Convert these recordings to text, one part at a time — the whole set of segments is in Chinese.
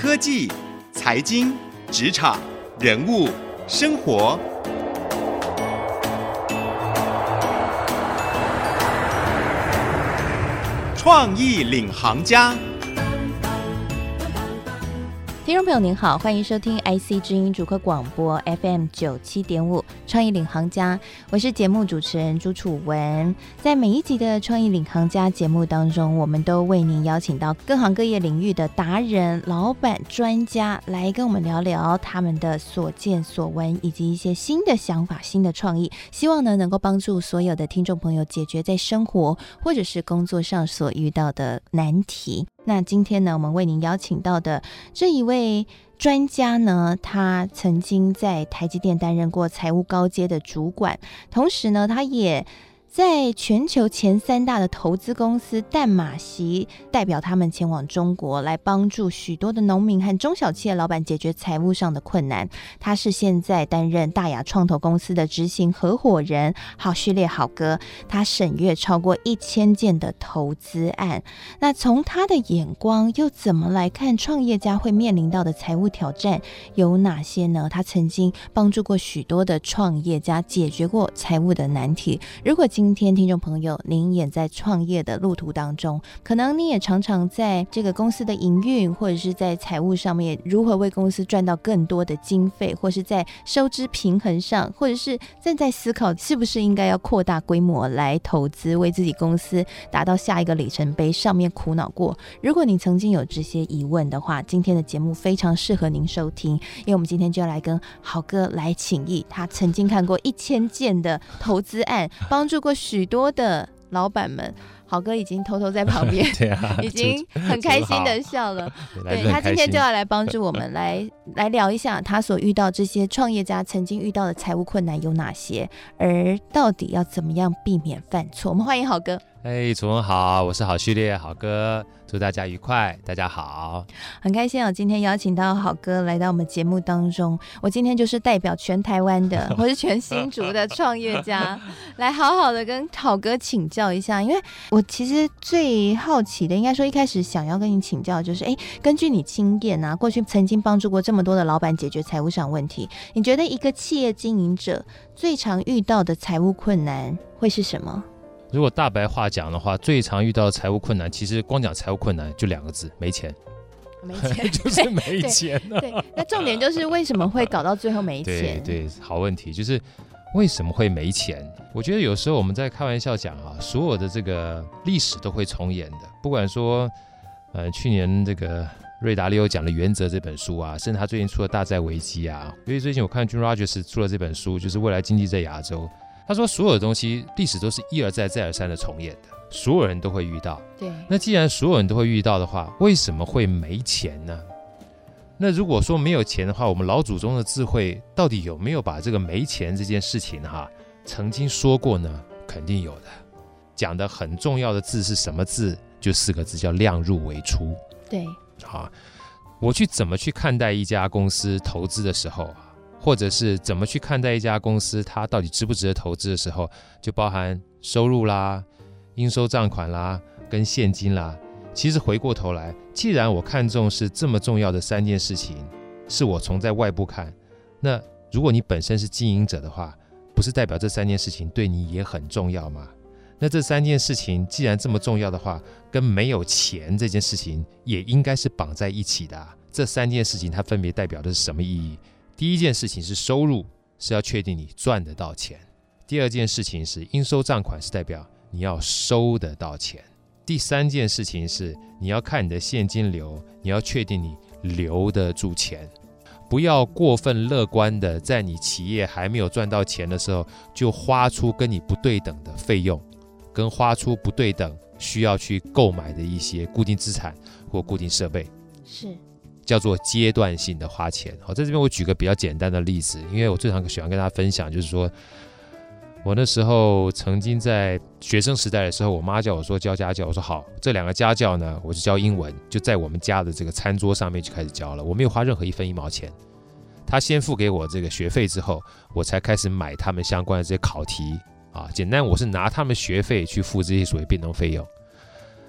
科技、财经、职场、人物、生活。创意领航家。 听众朋友您好，欢迎收听 IC 之音主客广播 FM97.5 创意领航家，我是节目主持人朱楚文。在每一集的创意领航家节目当中，我们都为您邀请到各行各业领域的达人、老板、专家来跟我们聊聊他们的所见所闻，以及一些新的想法、新的创意，希望呢能够帮助所有的听众朋友解决在生活或者是工作上所遇到的难题。那今天呢，我们为您邀请到的这一位专家呢，他曾经在台积电担任过财务高阶的主管，同时呢，他也在全球前3大的投资公司淡马锡代表他们前往中国，来帮助许多的农民和中小企业老板解决财务上的困难。他是现在担任大雅创投公司的执行合伙人，好序列好哥，他审阅超过1000件的投资案。那从他的眼光又怎么来看创业家会面临到的财务挑战有哪些呢？他曾经帮助过许多的创业家解决过财务的难题。如果今天听众朋友您也在创业的路途当中，可能你也常常在这个公司的营运或者是在财务上面如何为公司赚到更多的经费，或是在收支平衡上，或者是正在思考是不是应该要扩大规模来投资，为自己公司达到下一个里程碑上面苦恼过。如果你曾经有这些疑问的话，今天的节目非常适合您收听，因为我们今天就要来跟好哥来请益，他曾经看过1000件的投资案，帮助过许多的老板们。好哥已经偷偷在旁边已经很开心的笑了。对，他今天就要来帮助我们来聊一下他所遇到这些创业家曾经遇到的财务困难有哪些，而到底要怎么样避免犯错。我们欢迎好哥。 楚文好，我是好序列好哥，祝大家愉快。大家好， 很开心今天邀请到好哥来到我们节目当中。我今天就是代表全台湾的或是全新竹的创业家来好好的跟好哥请教一下，因为我其实最好奇的，应该说一开始想要跟你请教就是根据你经验啊，过去曾经帮助过这么多的老板解决财务上问题，你觉得一个企业经营者最常遇到的财务困难会是什么？ 如果大白话讲的话，最常遇到的财务困难，其实光讲财务困难就2个字：没钱。 没钱就是没钱对，那重点就是为什么会搞到最后没钱？ 对，好问题，就是为什么会没钱？我觉得有时候我们在开玩笑讲所有的这个历史都会重演的。不管说去年这个瑞达利欧讲的《原则》这本书啊，甚至他最近出了《大债危机》啊，因为最近我看 Jim Rogers 出了这本书，就是未来经济在亚洲。他说所有的东西历史都是一而再再而三的重演的，所有人都会遇到。 对， 那既然所有人都会遇到的话，为什么会没钱呢？那如果说没有钱的话，我们老祖宗的智慧到底有没有把这个没钱这件事情曾经说过呢？肯定有的。讲的很重要的字是什么字？就4个字，叫量入为出。 对， 我去怎么去看待一家公司投资的时候或者是怎么去看待一家公司它到底值不值得投资的时候，就包含收入啦、应收账款啦跟现金啦。其实回过头来，既然我看重是这么重要的3件事情，是我从在外部看，那如果你本身是经营者的话，不是代表这3件事情对你也很重要吗？那这3件事情既然这么重要的话，跟没有钱这件事情也应该是绑在一起的这3件事情它分别代表的是什么意义？第一件事情是收入，是要确定你赚得到钱；第2件事情是应收账款，是代表你要收得到钱；第3件事情是你要看你的现金流，你要确定你留得住钱。不要过分乐观的在你企业还没有赚到钱的时候，就花出跟你不对等的费用，跟花出不对等需要去购买的一些固定资产或固定设备， 是叫做阶段性的花钱。在这边我举个比较简单的例子，因为我最常喜欢跟大家分享，就是说我那时候曾经在学生时代的时候，我妈叫我说教家教，我说好，这2个家教呢，我就教英文，就在我们家的这个餐桌上面就开始教了，我没有花任何1分1毛钱。他先付给我这个学费之后，我才开始买他们相关的这些考题简单我是拿他们学费去付这些所谓变动费用。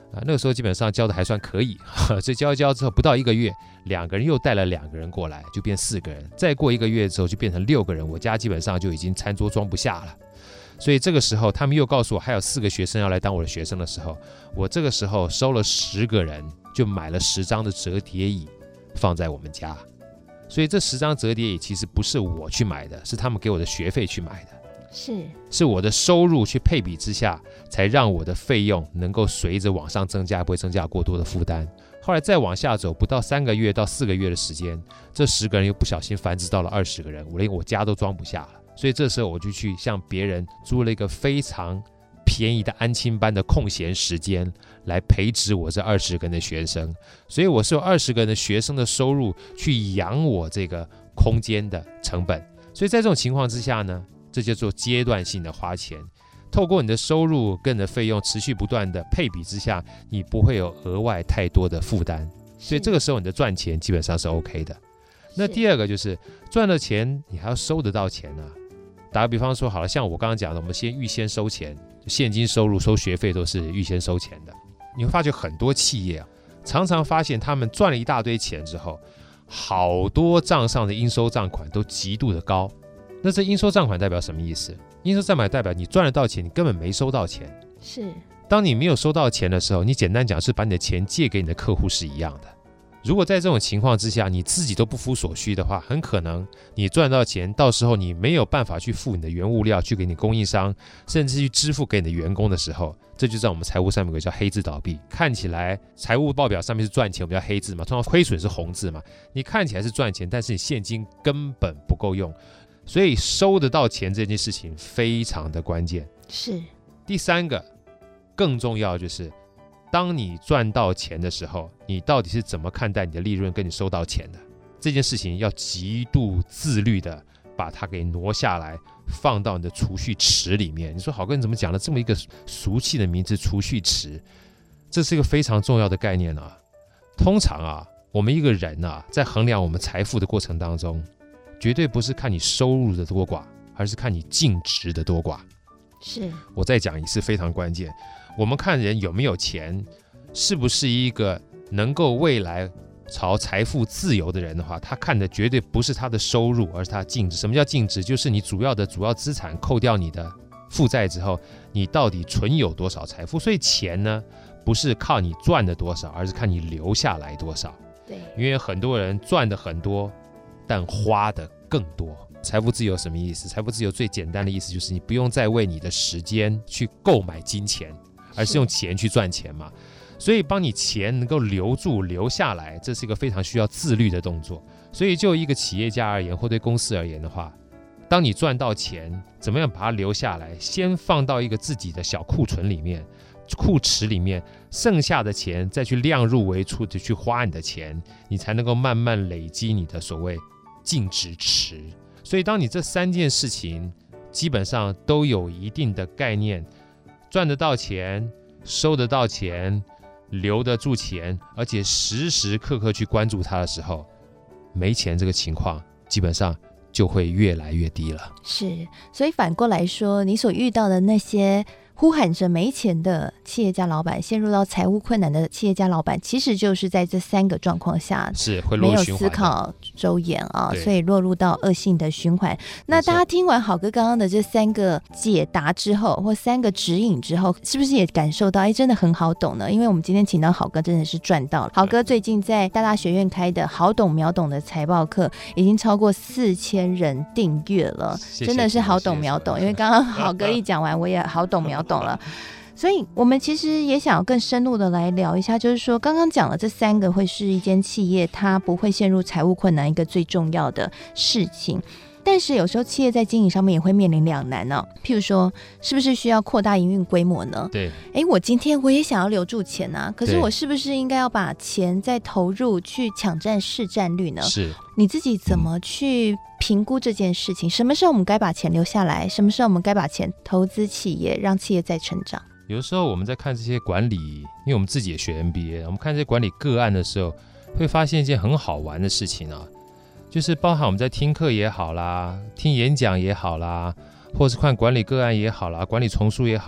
那个时候基本上教的还算可以，所以教一教之后不到1个月，2个人又带了2个人过来，就变4个人。再过1个月之后就变成6个人，我家基本上就已经餐桌装不下了。所以这个时候他们又告诉我还有4个学生要来当我的学生的时候，我这个时候收了10个人，就买了10张的折叠椅放在我们家。所以这10张折叠椅其实不是我去买的，是他们给我的学费去买的，是我的收入去配比之下，才让我的费用能够随着往上增加，不会增加过多的负担。后来再往下走，不到3个月到4个月的时间，这10个人又不小心繁殖到了20个人，我连我家都装不下了。所以这时候我就去向别人租了一个非常便宜的安亲班的空闲时间，来培植我这20个人的学生。所以我是有20个人的学生的收入去养我这个空间的成本。所以在这种情况之下呢，这叫做阶段性的花钱。透过你的收入跟你的费用持续不断的配比之下，你不会有额外太多的负担。所以这个时候你的赚钱基本上是 OK 的。那第二个就是赚了钱你还要收得到钱啊。打个比方说好了，像我刚刚讲的，我们预先收钱，现金收入收学费都是预先收钱的。你会发觉很多企业常常发现他们赚了一大堆钱之后，好多账上的应收账款都极度的高。那这应收账款代表什么意思？应收账款代表你赚得到钱，你根本没收到钱。当你没有收到钱的时候，你简单讲是把你的钱借给你的客户是一样的。如果在这种情况之下你自己都不敷所需的话，很可能你赚到钱，到时候你没有办法去付你的原物料去给你供应商，甚至去支付给你的员工的时候，这就在我们财务上面有个叫黑字倒闭。看起来财务报表上面是赚钱，我们叫黑字嘛，通常亏损是红字嘛。你看起来是赚钱，但是你现金根本不够用，所以收得到钱这件事情非常的关键。第三个更重要的就是当你赚到钱的时候，你到底是怎么看待你的利润跟你收到钱的这件事情，要极度自律的把它给挪下来，放到你的储蓄池里面。你说好哥你怎么讲了这么一个俗气的名字储蓄池？这是一个非常重要的概念啊。通常我们一个人在衡量我们财富的过程当中，绝对不是看你收入的多寡，而是看你净值的多寡。我再讲一次非常关键，我们看人有没有钱，是不是一个能够未来朝财富自由的人的话，他看的绝对不是他的收入，而是他的净值。什么叫净值？就是你主要资产扣掉你的负债之后，你到底存有多少财富。所以钱呢，不是靠你赚的多少，而是看你留下来多少。因为很多人赚的很多，但花的更多。财富自由什么意思？财富自由最简单的意思就是你不用再为你的时间去购买金钱，而是用钱去赚钱嘛。所以帮你钱能够留住留下来，这是一个非常需要自律的动作。所以就一个企业家而言，或对公司而言的话，当你赚到钱，怎么样把它留下来，先放到一个自己的小库存里面，库池里面，剩下的钱再去量入为出的去花你的钱，你才能够慢慢累积你的所谓净值池。所以当你这3件事情基本上都有一定的概念，赚得到钱，收得到钱，留得住钱，而且时时刻刻去关注它的时候，没钱这个情况基本上就会越来越低了。 所以反过来说，你所遇到的那些呼喊着没钱的企业家老板，陷入到财务困难的企业家老板，其实就是在这3个状况下是会落入循环的， 没有思考周延所以落入到恶性的循环。那大家听完好哥刚刚的这3个解答之后，或3个指引之后，是不是也感受到真的很好懂呢？因为我们今天请到好哥真的是赚到了。好哥最近在大学院开的好懂秒懂的财报课已经超过4000人订阅了，真的是好懂秒懂。因为刚刚好哥一讲完，我也好懂秒懂了。所以我们其实也想要更深入的来聊一下，就是说刚刚讲了这3个会是一间企业它不会陷入财务困难一个最重要的事情。但是有时候企业在经营上面也会面临两难譬如说是不是需要扩大营运规模呢？ 对， 我今天我也想要留住钱可是我是不是应该要把钱再投入去抢占市占率呢？ 是你自己怎么去评估这件事情？什么时候我们该把钱留下来？什么时候我们该把钱投资企业，让企业再成长？ 有的时候我们在看这些管理，因为我们自己也学 MBA， 我们看这些管理个案的时候，会发现一件很好玩的事情就是包含我们在听课也好啦，听演讲也好啦，或是看管理个案也好啦，管理丛书也好，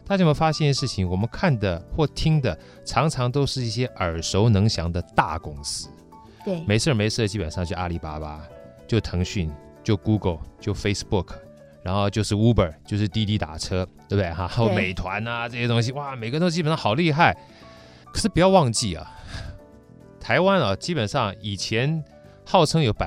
大家有没有发现一件事情？我们看的或听的，常常都是一些耳熟能详的大公司。 对， 没事，基本上就阿里巴巴，就腾讯，就 Google， 就 Facebook， 然后就是 Uber， 就是滴滴打车，对不对？还有美团啊这些东西，哇，每个都基本上好厉害。可是不要忘记啊，台湾啊，基本上以前号称有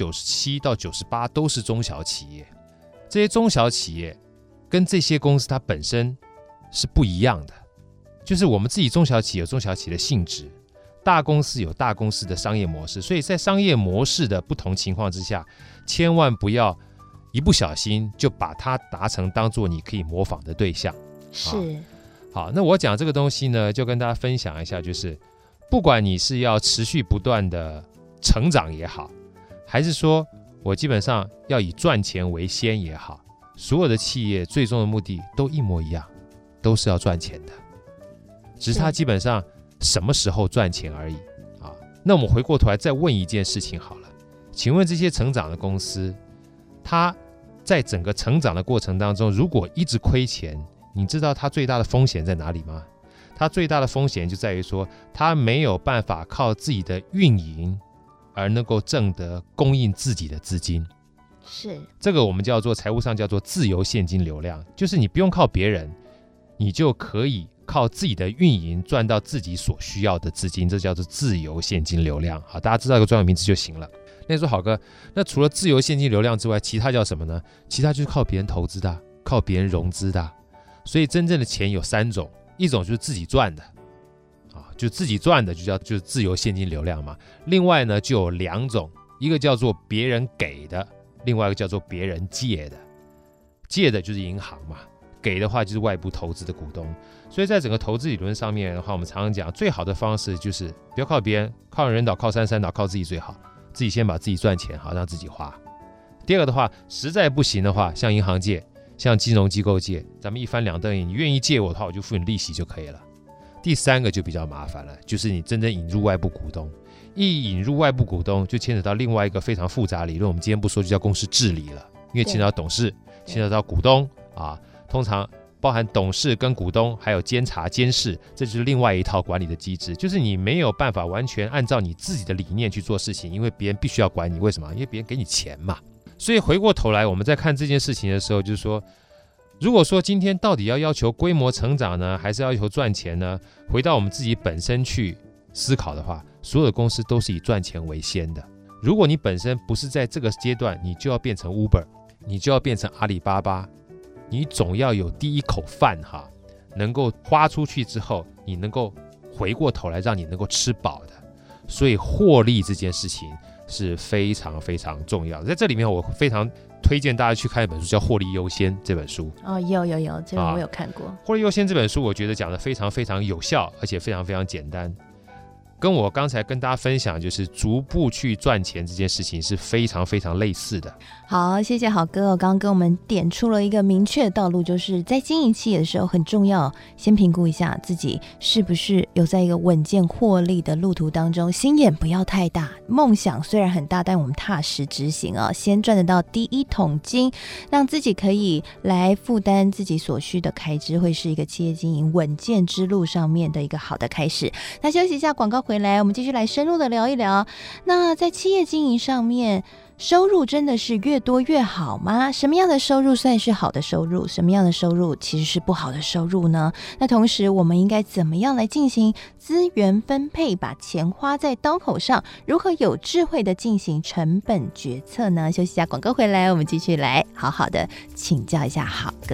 97%到98%都是中小企业。这些中小企业跟这些公司它本身是不一样的，就是我们自己中小企业有中小企业的性质，大公司有大公司的商业模式，所以在商业模式的不同情况之下，千万不要一不小心就把它当作你可以模仿的对象。 是。 好，那我讲这个东西呢，就跟大家分享一下，就是不管你是要持续不断的成长也好，还是说我基本上要以赚钱为先也好，所有的企业最终的目的都一模一样，都是要赚钱的，只是它基本上什么时候赚钱而已啊。那我们回过头来再问一件事情好了，请问这些成长的公司，它在整个成长的过程当中，如果一直亏钱，你知道它最大的风险在哪里吗？它最大的风险就在于说，它没有办法靠自己的运营而能够挣得供应自己的资金。 是， 这个我们叫做财务上叫做自由现金流量，就是你不用靠别人，你就可以靠自己的运营赚到自己所需要的资金，这叫做自由现金流量。好，大家知道一个专有名词就行了。那你说好哥，那除了自由现金流量之外，其他叫什么呢？其他就是靠别人投资的，靠别人融资的。所以真正的钱有3种，一种就是自己赚的，就自己赚的就是自由现金流量嘛。另外呢就有2种，一个叫做别人给的，另外一个叫做别人借的。借的就是银行嘛，给的话就是外部投资的股东。所以在整个投资理论上面的话，我们常常讲最好的方式就是不要靠别人，靠人倒，靠山山倒，靠自己最好，自己先把自己赚钱好让自己花。第二个的话，实在不行的话，向银行借，向金融机构借，咱们一翻两瞪眼，你愿意借我的话，我就付你利息就可以了。第3个就比较麻烦了，就是你真正引入外部股东。一引入外部股东，就牵扯到另外一个非常复杂的理论，我们今天不说，就叫公司治理了，因为牵扯到董事，牵扯到股东啊，通常包含董事跟股东，还有监察监事，这就是另外一套管理的机制。就是你没有办法完全按照你自己的理念去做事情，因为别人必须要管你。为什么？因为别人给你钱嘛。所以回过头来，我们在看这件事情的时候，就是说，如果说今天到底要求规模成长呢，还是要求赚钱呢？回到我们自己本身去思考的话，所有的公司都是以赚钱为先的。如果你本身不是在这个阶段，你就要变成 Uber， 你就要变成阿里巴巴，你总要有第一口饭哈，能够花出去之后，你能够回过头来让你能够吃饱的。所以获利这件事情是非常非常重要的。在这里面，我非常推荐大家去看一本书，叫《获利优先》这本书。 有，这个我有看过。 获利优先这本书，我觉得讲得非常非常有效，而且非常非常简单。跟我刚才跟大家分享，就是逐步去赚钱这件事情是非常非常类似的。 好，谢谢好哥，刚刚跟我们点出了一个明确的道路，就是在经营企业的时候很重要，先评估一下自己是不是有在一个稳健获利的路途当中，心眼不要太大，梦想虽然很大，但我们踏实执行啊，先赚得到第一桶金，让自己可以来负担自己所需的开支，会是一个企业经营稳健之路上面的一个好的开始。那休息一下，广告回来，我们继续来深入的聊一聊。那在企业经营上面，收入真的是越多越好吗？什么样的收入算是好的收入？什么样的收入其实是不好的收入呢？那同时我们应该怎么样来进行资源分配，把钱花在刀口上？如何有智慧的进行成本决策呢？休息一下，广告回来，我们继续来好好的请教一下好哥。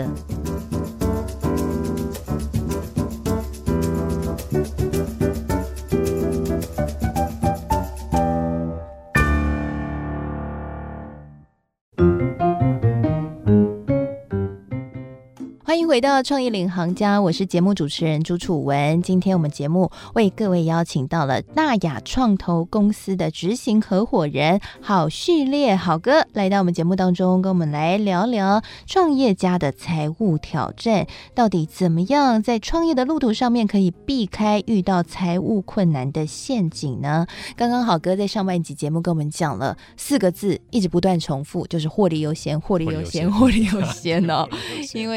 欢迎回到创意领航家，我是节目主持人朱楚文。今天我们节目为各位邀请到了大雅创投公司的执行合伙人郝旭烈郝哥来到我们节目当中，跟我们来聊聊创业家的财务挑战，到底怎么样在创业的路途上面可以避开遇到财务困难的陷阱呢？刚刚郝哥在上半集节目跟我们讲了4个字，一直不断重复，就是获利优先，获利优先，获利优先哦。因为在郝哥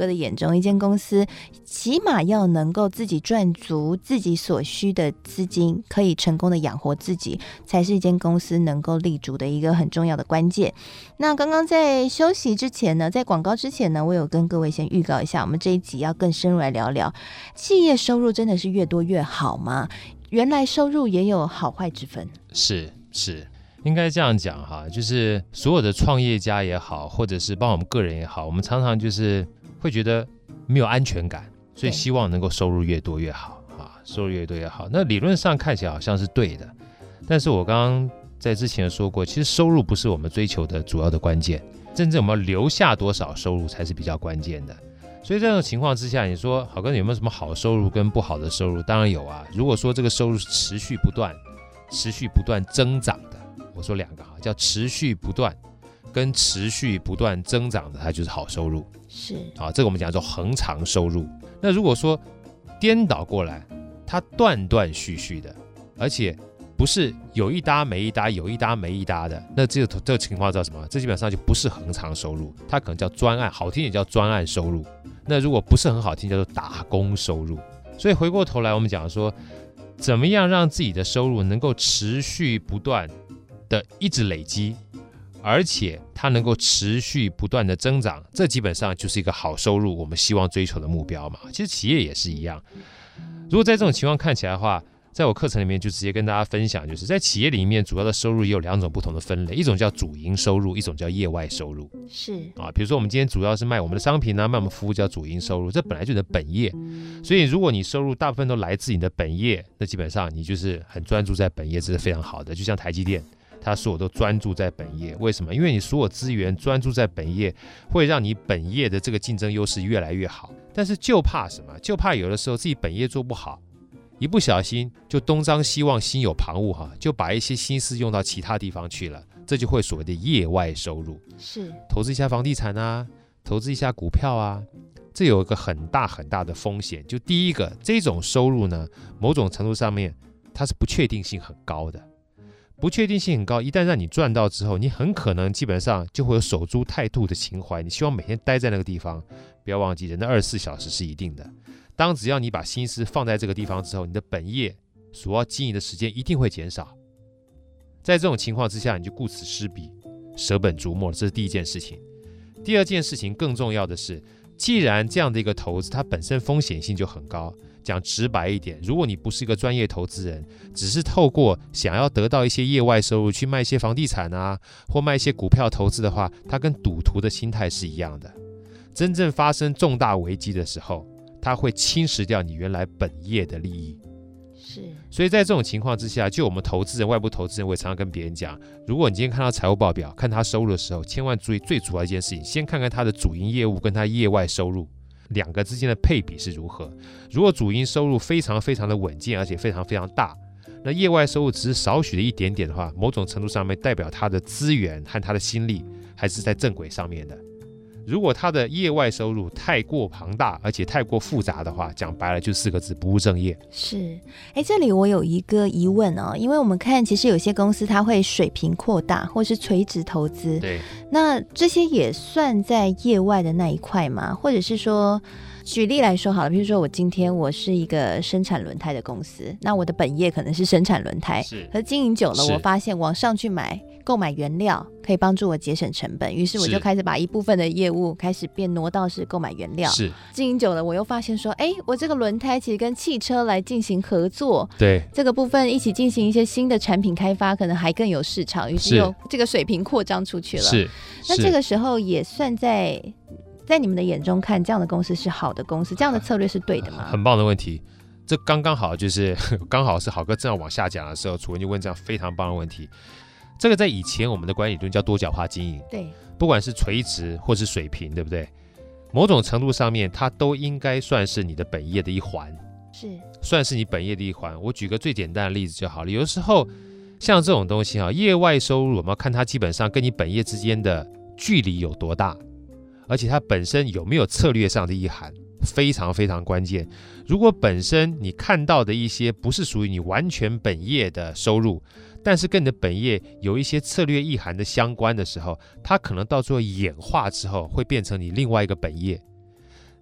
哥的眼中，一间公司起码要能够自己赚足自己所需的资金，可以成功的养活自己，才是一间公司能够立足的一个很重要的关键。那刚刚在休息之前呢，在广告之前呢，我有跟各位先预告一下，我们这一集要更深入来聊聊，企业收入真的是越多越好吗？原来收入也有好坏之分。是应该这样讲哈，就是所有的创业家也好，或者是帮我们个人也好，我们常常就是会觉得没有安全感，所以希望能够收入越多越好啊，收入越多越好。那理论上看起来好像是对的，但是我刚刚在之前说过，其实收入不是我们追求的主要的关键，真正我们要留下多少收入才是比较关键的。所以在这种情况之下，你说好哥有没有什么好收入跟不好的收入？当然有啊。如果说这个收入是持续不断增长的，我说两个哈，叫持续不断跟持续不断增长的，它就是好收入。 是啊，这个我们讲做恒长收入。那如果说颠倒过来，它断断续续的，而且不是有一搭没一搭，有一搭没一搭的，那这个情况叫什么？这基本上就不是恒长收入，它可能叫专案，好听点叫专案收入。那如果不是很好听，叫做打工收入。所以回过头来，我们讲说，怎么样让自己的收入能够持续不断的一直累积，而且它能够持续不断的增长，这基本上就是一个好收入我们希望追求的目标嘛。其实企业也是一样。如果在这种情况看起来的话，在我课程里面就直接跟大家分享，就是在企业里面主要的收入也有两种不同的分类，一种叫主营收入，一种叫业外收入。 是啊，比如说我们今天主要是卖我们的商品啊，卖我们服务叫主营收入，这本来就是你的本业。所以如果你收入大部分都来自你的本业，那基本上你就是很专注在本业，这是非常好的。就像台积电，它所有都专注在本业，为什么？因为你所有资源专注在本业，会让你本业的这个竞争优势越来越好。但是就怕什么？就怕有的时候自己本业做不好，一不小心就东张西望，心有旁骛哈，就把一些心思用到其他地方去了，这就会所谓的业外收入。 是投资一下房地产啊，投资一下股票啊，这有一个很大很大的风险。就第一个，这种收入呢，某种程度上面它是不确定性很高的。不确定性很高，一旦让你赚到之后，你很可能基本上就会有守株待兔的情怀，你希望每天待在那个地方。不要忘记，人的24小时是一定的。只要你把心思放在这个地方之后，你的本业所要经营的时间一定会减少。在这种情况之下，你就顾此失彼，舍本逐末，这是第一件事情。第二件事情更重要的是，既然这样的一个投资它本身风险性就很高，讲直白一点，如果你不是一个专业投资人，只是透过想要得到一些业外收入去卖一些房地产啊，或卖一些股票投资的话，它跟赌徒的心态是一样的。真正发生重大危机的时候，它会侵蚀掉你原来本业的利益。 是， 所以在这种情况之下，就我们投资人、外部投资人，我也常常跟别人讲，如果你今天看到财务报表，看他收入的时候，千万注意最主要一件事情，先看看他的主营业务跟他业外收入两个之间的配比是如何。如果主营收入非常非常的稳健，而且非常非常大，那业外收入只是少许的一点点的话，某种程度上面代表他的资源和他的心力还是在正轨上面的。如果他的业外收入太过庞大，而且太过复杂的话，讲白了就4个字：不务正业。 是，这里我有一个疑问哦，因为我们看其实有些公司它会水平扩大，或是垂直投资， 对， 那这些也算在业外的那一块吗？或者是说，举例来说好了，比如说今天我是一个生产轮胎的公司，那我的本业可能是生产轮胎，可是经营久了，我发现往上去购买原料可以帮助我节省成本，于是我就开始把一部分的业务开始变挪到是购买原料。是，经营久了，我又发现说，我这个轮胎其实跟汽车来进行合作，对这个部分一起进行一些新的产品开发，可能还更有市场，于是又这个水平扩张出去了。是，那这个时候也算在你们的眼中看，这样的公司是好的公司，这样的策略是对的吗？很棒的问题，这刚刚好就是刚好是好哥正要往下讲的时候，楚文就问这样非常棒的问题。这个在以前我们的管理理论叫多角化经营，对，不管是垂直或是水平，对不对？某种程度上面，它都应该算是你的本业的一环，是算是你本业的一环。我举个最简单的例子就好了，有的时候像这种东西业外收入我们要看它基本上跟你本业之间的距离有多大，而且它本身有没有策略上的意涵，非常非常关键。如果本身你看到的一些不是属于你完全本业的收入，但是跟你的本业有一些策略意涵的相关的时候，它可能到最后演化之后会变成你另外一个本业。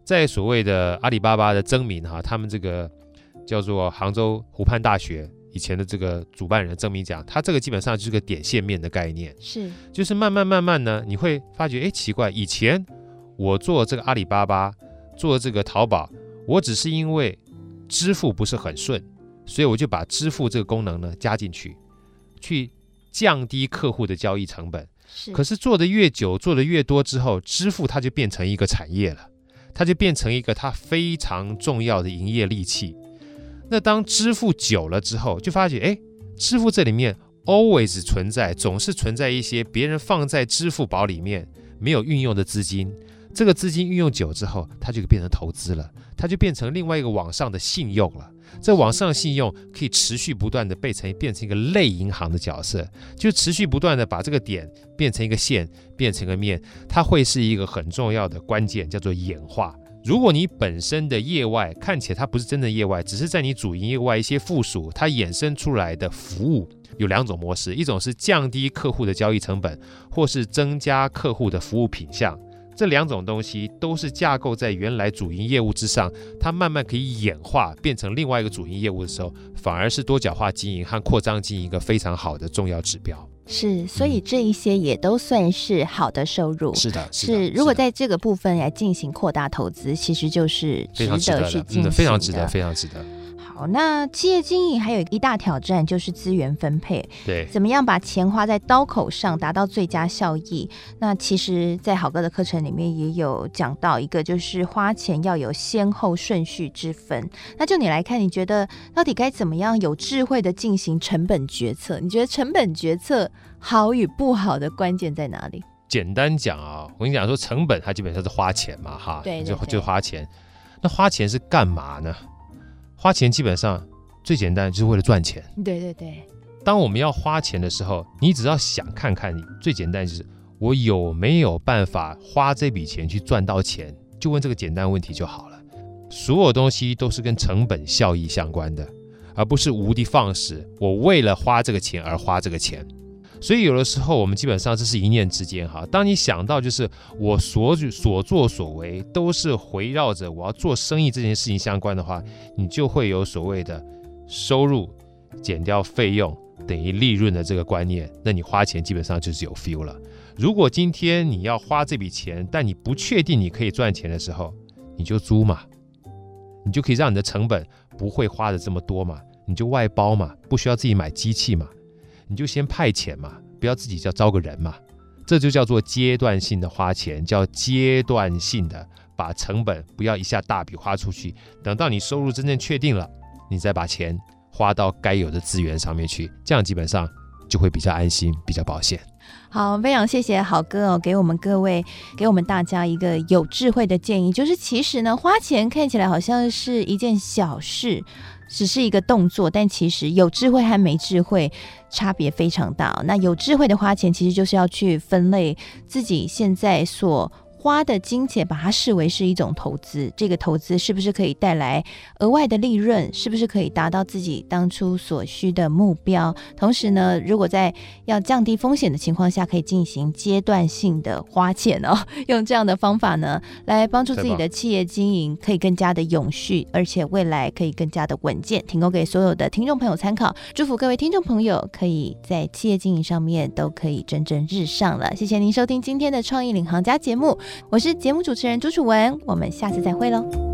在所谓的阿里巴巴的曾明他们这个叫做杭州湖畔大学以前的这个主办人曾明讲，他这个基本上就是个点线面的概念， 是就是慢慢呢，你会发觉，奇怪，以前我做这个阿里巴巴，做这个淘宝，我只是因为支付不是很顺，所以我就把支付这个功能呢加进去，去降低客户的交易成本。可是做得越久，做得越多之后，支付它就变成一个产业了，它就变成一个它非常重要的营业利器。那当支付久了之后，就发觉支付这里面 always 存在，总是存在一些别人放在支付宝里面没有运用的资金，这个资金运用久之后，它就变成投资了，它就变成另外一个网上的信用了。这网上的信用可以持续不断的变成一个类银行的角色，就持续不断的把这个点变成一个线，变成一个面，它会是一个很重要的关键，叫做演化。如果你本身的业外看起来它不是真的业外，只是在你主营业外一些附属它衍生出来的服务，有两种模式，一种是降低客户的交易成本，或是增加客户的服务品项。这两种东西都是架构在原来主营业务之上，它慢慢可以演化变成另外一个主营业务的时候，反而是多角化经营和扩张经营一个非常好的重要指标。 是，所以这一些也都算是好的收入。 是的， 是。如果在这个部分来进行扩大投资，其实就是值得去进行的， 非常值得，非常值得。 好，那企业经营还有一大挑战就是资源分配， 对， 怎么样把钱花在刀口上，达到最佳效益？那其实，在好哥的课程里面也有讲到一个，就是花钱要有先后顺序之分。那就你来看，你觉得到底该怎么样有智慧的进行成本决策？你觉得成本决策好与不好的关键在哪里？ 简单讲我跟你讲说，成本它基本上是花钱嘛， 对， 就花钱。那花钱是干嘛呢？花钱基本上最简单就是为了赚钱。 对。 当我们要花钱的时候，你只要想看看，最简单就是我有没有办法花这笔钱去赚到钱，就问这个简单问题就好了。所有东西都是跟成本效益相关的，而不是无的放矢，我为了花这个钱而花这个钱。所以有的时候我们基本上这是一念之间当你想到就是我所作所为都是围绕着我要做生意这件事情相关的话，你就会有所谓的收入减掉费用等于利润的这个观念，那你花钱基本上就是有 feel 了。如果今天你要花这笔钱，但你不确定你可以赚钱的时候，你就租嘛，你就可以让你的成本不会花的这么多嘛，你就外包嘛，不需要自己买机器嘛，你就先派遣嘛，不要自己招个人嘛，这就叫做阶段性的花钱，叫阶段性的把成本不要一下大笔花出去，等到你收入真正确定了，你再把钱花到该有的资源上面去，这样基本上就会比较安心，比较保险。 好，非常谢谢好哥给我们各位，给我们大家一个有智慧的建议，就是其实呢，花钱看起来好像是一件小事，只是一个动作，但其实有智慧和没智慧差别非常大。那有智慧的花钱，其实就是要去分类自己现在所花的金钱，把它视为是一种投资，这个投资是不是可以带来额外的利润，是不是可以达到自己当初所需的目标，同时呢，如果在要降低风险的情况下，可以进行阶段性的花钱用这样的方法呢，来帮助自己的企业经营可以更加的永续，而且未来可以更加的稳健，提供给所有的听众朋友参考。祝福各位听众朋友可以在企业经营上面都可以蒸蒸日上了。谢谢您收听今天的创意领航家节目，我是节目主持人朱楚文，我们下次再会喽。